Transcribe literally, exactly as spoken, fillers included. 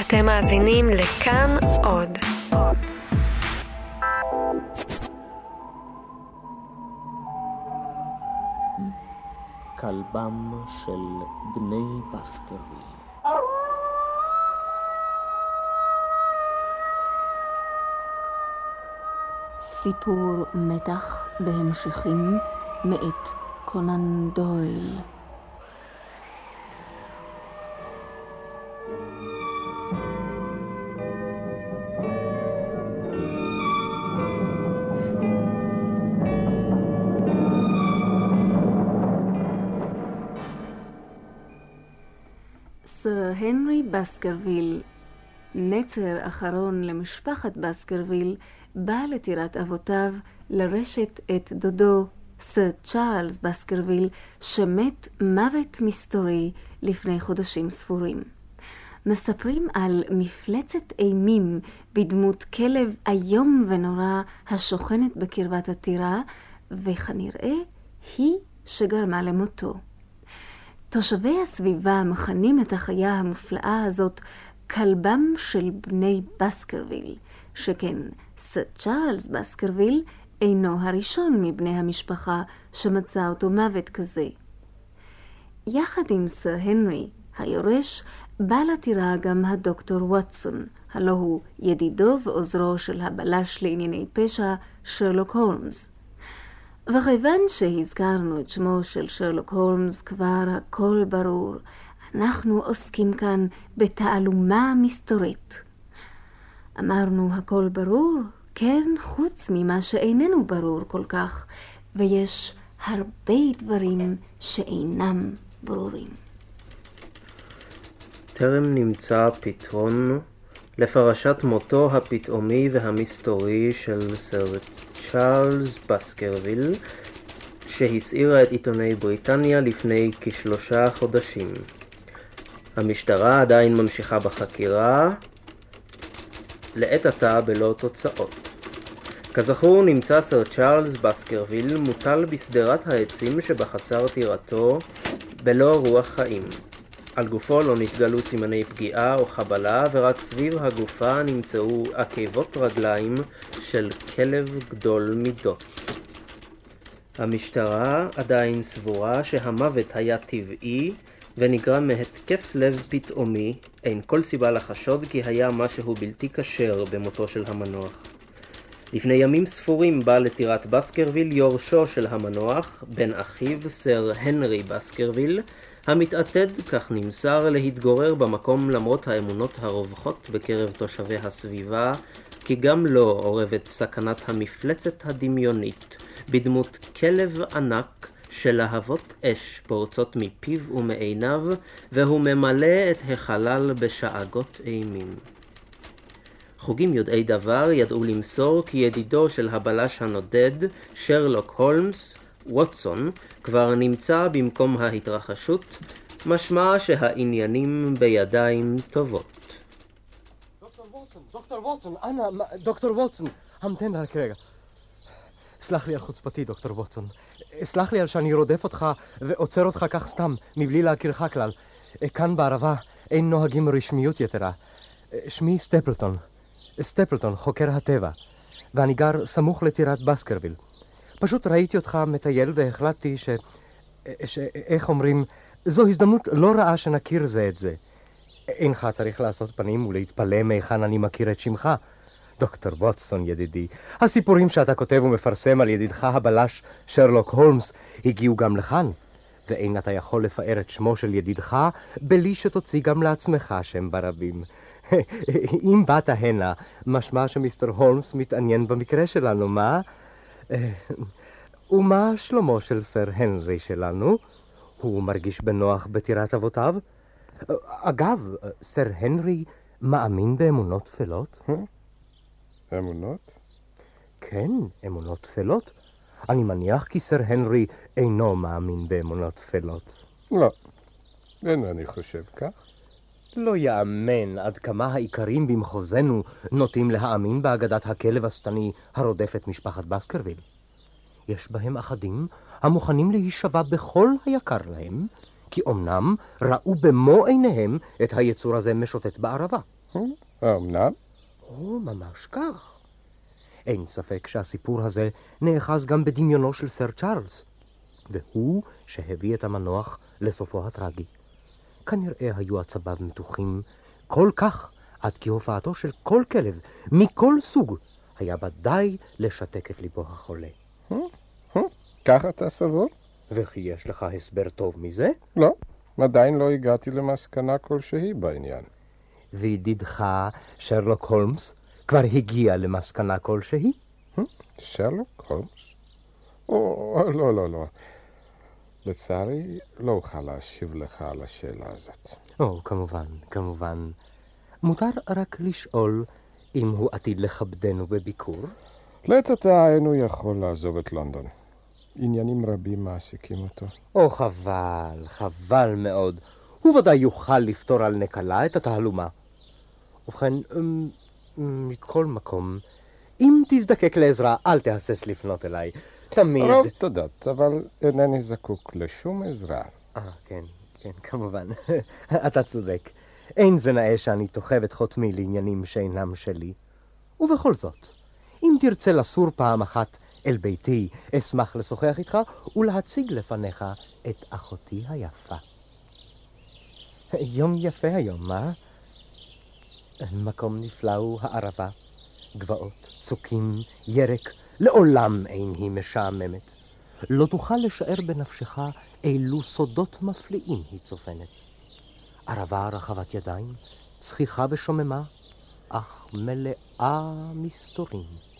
אתם מאזינים לכאן עוד. כלבם של בני בסקרוויל. סיפור מתח בהמשכים מאת קונן דויל. סר הנרי בסקרוויל, נצר אחרון למשפחת בסקרוויל, בא לטירת אבותיו לרשת את דודו סר צ'ארלס בסקרוויל, שמת מוות מסתורי לפני חודשים ספורים. מספרים על מפלצת אימים בדמות כלב איום ונורא השוכנת בקרבת הטירה, וכנראה היא שגרמה למותו. תושבי הסביבה מכנים את החיה המופלאה הזאת כלבם של בני בסקרוויל, שכן סר צ'ארלס בסקרוויל אינו הראשון מבני המשפחה שמצא אותו מוות כזה. יחד עם סר הנרי היורש בא לטירה גם הדוקטור ווטסון, הלא הוא ידידו ועוזרו של הבלש לענייני פשע שרלוק הולמס. וכיוון שהזכרנו את שמו של שרלוק הולמס כבר הכל ברור, אנחנו עוסקים כאן בתעלומה מסתורית. אמרנו הכל ברור, כן, חוץ ממה שאיננו ברור כל כך, ויש הרבה דברים שאינם ברורים. טרם נמצא פתרון לפרשת מותו הפתאומי והמסתורי של סר צ'ארלס בסקרוויל, שהסעירה את עיתוני בריטניה לפני כשלושה חודשים. המשטרה עדיין ממשיכה בחקירה, לעת עתה בלא תוצאות. כזכור, נמצא סר צ'ארלס בסקרוויל מוטל בסדרת העצים שבחצר טירתו בלא רוח חיים. על גופו לא נתגלו סימני פגיעה או חבלה, ורק סביב הגופה נמצאו עקבות רגליים של כלב גדול מידות. המשטרה עדיין סבורה שהמוות היה טבעי ונגרם מהתקף לב פתאומי. אין כל סיבה לחשוד כי היה משהו בלתי כשר במותו של המנוח. לפני ימים ספורים בא לטירת בסקרוויל יורשו של המנוח, בן אחיו סר הנרי בסקרוויל, המתעתד, כך נמסר, להתגורר במקום למרות האמונות הרווחות בקרב תושבי הסביבה, כי גם לא עורבת סכנת המפלצת הדמיונית בדמות כלב ענק שלהבות אש פורצות מפיו ומעיניו, והוא ממלא את החלל בשאגות אימים. חוגים יודעי דבר ידעו למסור כי ידידו של הבלש הנודד, שרלוק הולמס, ווטסון, כבר נמצא במקום ההתרחשות, משמע שהעניינים בידיים טובות. דוקטור ווטסון, דוקטור ווטסון, אנא, דוקטור ווטסון, המתן רק רגע. סלח לי על חוצפתי, דוקטור ווטסון. סלח לי על שאני רודף אותך ועוצר אותך כך סתם, מבלי להכירך כלל. כאן בערבה אין נוהגים רשמיות יתרה. שמי סטפלטון. סטפלטון, חוקר הטבע, ואני גר סמוך לטירת בסקרוויל. פשוט ראיתי אותך מטייל והחלטתי ש... ש... איך אומרים, זו הזדמנות לא רעה שנכיר זה את זה. אינך צריך לעשות פנים ולהתפלא מהיכן אני מכיר את שמך. דוקטור ווטסון ידידי, הסיפורים שאתה כותב ומפרסם על ידידך הבלש שרלוק הולמס הגיעו גם לכאן, ואין אתה יכול לפאר את שמו של ידידך בלי שתוציא גם לעצמך שם ברבים. אם באת הנה, משמע שמיסטר הולמס מתעניין במקרה שלנו, מה? ומה שלומו של סר הנרי שלנו? הוא מרגיש בנוח בטירת אבותיו? אגב, סר הנרי מאמין באמונות תפלות? אמונות? כן, אמונות תפלות. אני מניח כי סר הנרי אינו מאמין באמונות תפלות. לא, אין אני חושב כך. לא יאמן עד כמה העיקרים במחוזנו נוטים להאמין באגדת הכלב השטני הרודף את משפחת בסקרוויל. יש בהם אחדים המוכנים להישבע בכל היקר להם, כי אמנם ראו במו עיניהם את היצור הזה משוטט בערבה. האמנם? או, ממש כך. אין ספק שהסיפור הזה נאחז גם בדמיונו של סר צ'ארלס, והוא שהביא את המנוח לסופו הטרגי. כנראה היו עצביו מתוחים כל כך, עד כי הופעתו של כל כלב, מכל סוג, היה די לשתק את ליבו החולה. כך אתה סבור? וכי יש לך הסבר טוב מזה? לא, עדיין לא הגעתי למסקנה כלשהי בעניין. וידידך שרלוק הולמס כבר הגיע למסקנה כלשהי? שרלוק הולמס? או, לא, לא, לא. לצערי, לא אוכל להשיב לך על השאלה הזאת. או, כמובן, כמובן. מותר רק לשאול אם הוא עתיד לכבדנו בביקור? לעת עתה אינו יכול לעזוב את לונדון. עניינים רבים מעסיקים אותו. או, חבל, חבל מאוד. הוא ודאי יוכל לפתור על נקלה את התהלומה. ובכן, מכל מקום, אם תזדקק לעזרה, אל תהסס לפנות אליי. תמיד... רוב תודות, אבל אינני זקוק לשום עזרה. אה, כן, כן, כמובן. אתה צודק. אין זה נאה שאני תוחב את חותמי לעניינים שאינם שלי. ובכל זאת, אם תרצה לסור פעם אחת אל ביתי, אשמח לשוחח איתך ולהציג לפניך את אחותי היפה. יום יפה היום, מה? מקום נפלא הוא הערבה. גבעות, צוקים, ירק, לעולם אין היא משעממת. לא תוכל לשער בנפשך אילו סודות מפליאים היא צופנת. ערבה רחבת ידיים, צחיחה ושוממה, אך מלאה מסתורים.